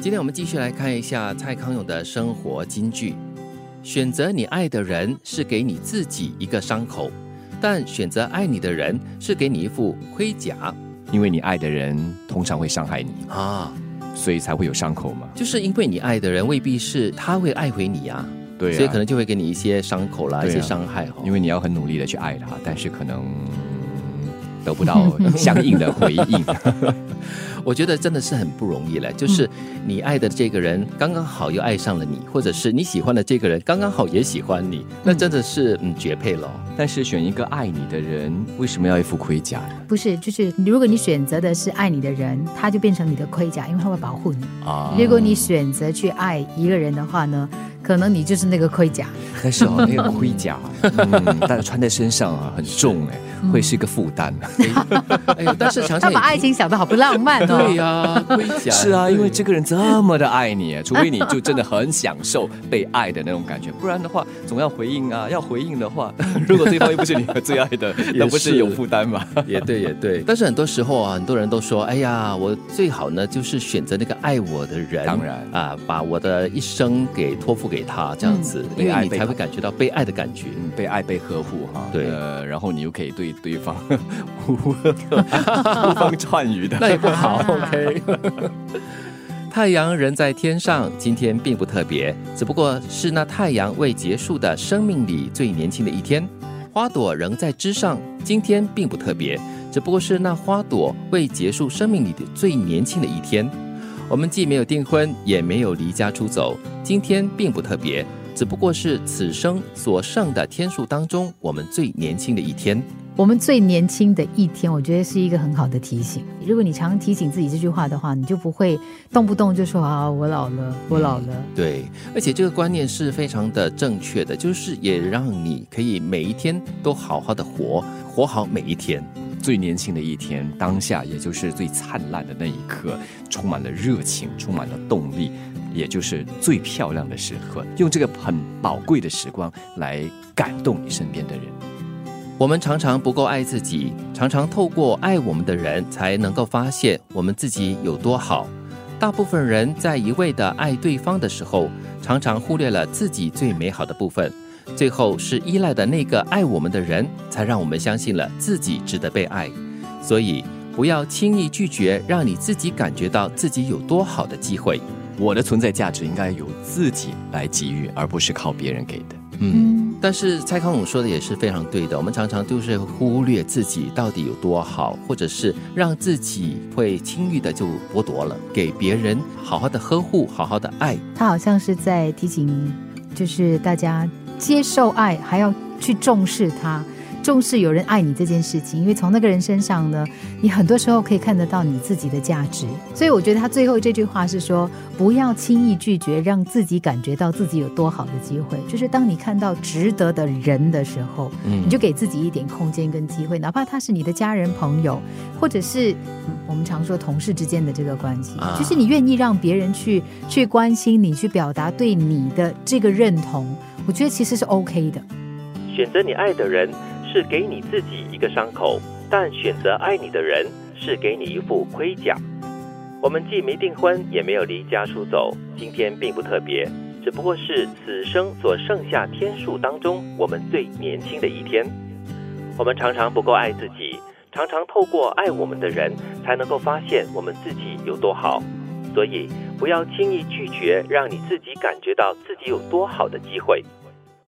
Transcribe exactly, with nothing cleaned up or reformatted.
今天我们继续来看一下蔡康永的生活金句。选择你爱的人是给你自己一个伤口，但选择爱你的人是给你一副盔甲。 因为你爱的人通常会伤害你啊， 所以才会有伤口嘛。 就是因为你爱的人未必是他会爱回你啊， 对啊， 所以可能就会给你一些伤口啦、啊、一些伤害、哦、 因为你要很努力的去爱他，但是可能得不到相应的回应。 我觉得真的是很不容易了，就是你爱的这个人刚刚好又爱上了你，或者是你喜欢的这个人刚刚好也喜欢你，那真的是嗯绝配了。 但是选一个爱你的人，为什么要一副盔甲呢？ 不是，就是如果你选择的是爱你的人，他就变成你的盔甲，因为他会保护你啊。如果你选择去爱一个人的话呢，可能你就是那个盔甲。 但是哦，那个盔甲，嗯，但是穿在身上啊很重哎，会是一个负担。 哎呦，但是常常他把爱情想得好不浪漫哦。 对呀、啊，盔甲是啊，因为这个人这么的爱你，除非你就真的很享受被爱的那种感觉，不然的话总要回应啊。要回应的话，如果对方又不是你最爱的，那不是有负担吗？ 也对，也对。但是很多时候啊，很多人都说，哎呀，我最好呢就是选择那个爱我的人， 当然啊，把我的一生给托付给他，这样子，嗯、因为你才会感觉到被爱的感觉， 嗯、被爱被呵护哈。 对， 呃，然后你又可以对对方呼风唤雨的， 那也不好。OK。太阳人在天上，今天并不特别，只不过是那太阳未结束的生命里最年轻的一天。花朵仍在枝上，今天并不特别，只不过是那花朵未结束生命里的最年轻的一天。我们既没有订婚，也没有离家出走，今天并不特别，只不过是此生所剩的天数当中，我们最年轻的一天。 我们最年轻的一天，我觉得是一个很好的提醒。如果你常提醒自己这句话的话，你就不会动不动就说啊，我老了，我老了、嗯。 对，而且这个观念是非常的正确的，就是也让你可以每一天都好好的活，活好每一天。 最年轻的一天，当下也就是最灿烂的那一刻，充满了热情，充满了动力，也就是最漂亮的时刻。用这个很宝贵的时光来感动你身边的人。 我们常常不够爱自己，常常透过爱我们的人才能够发现我们自己有多好。大部分人在一味的爱对方的时候，常常忽略了自己最美好的部分，最后是依赖的那个爱我们的人，才让我们相信了自己值得被爱。所以不要轻易拒绝让你自己感觉到自己有多好的机会。 我的存在价值应该由自己来给予，而不是靠别人给的。 嗯，但是蔡康永说的也是非常对的，我们常常就是忽略自己到底有多好，或者是让自己会轻易的就剥夺了，给别人好好的呵护，好好的爱。 他好像是在提醒，就是大家接受爱，还要去重视它，重视有人爱你这件事情，因为从那个人身上呢，你很多时候可以看得到你自己的价值。所以我觉得他最后这句话是说，不要轻易拒绝让自己感觉到自己有多好的机会，就是当你看到值得的人的时候、嗯、你就给自己一点空间跟机会，哪怕他是你的家人朋友，或者是、嗯、我们常说同事之间的这个关系、啊、就是你愿意让别人去去关心你，去表达对你的这个认同，我觉得其实是 OK 的。 选择你爱的人是给你自己一个伤口，但选择爱你的人是给你一副盔甲。我们既没订婚，也没有离家出走，今天并不特别，只不过是此生所剩下天数当中我们最年轻的一天。我们常常不够爱自己，常常透过爱我们的人才能够发现我们自己有多好。所以不要轻易拒绝让你自己感觉到自己有多好的机会。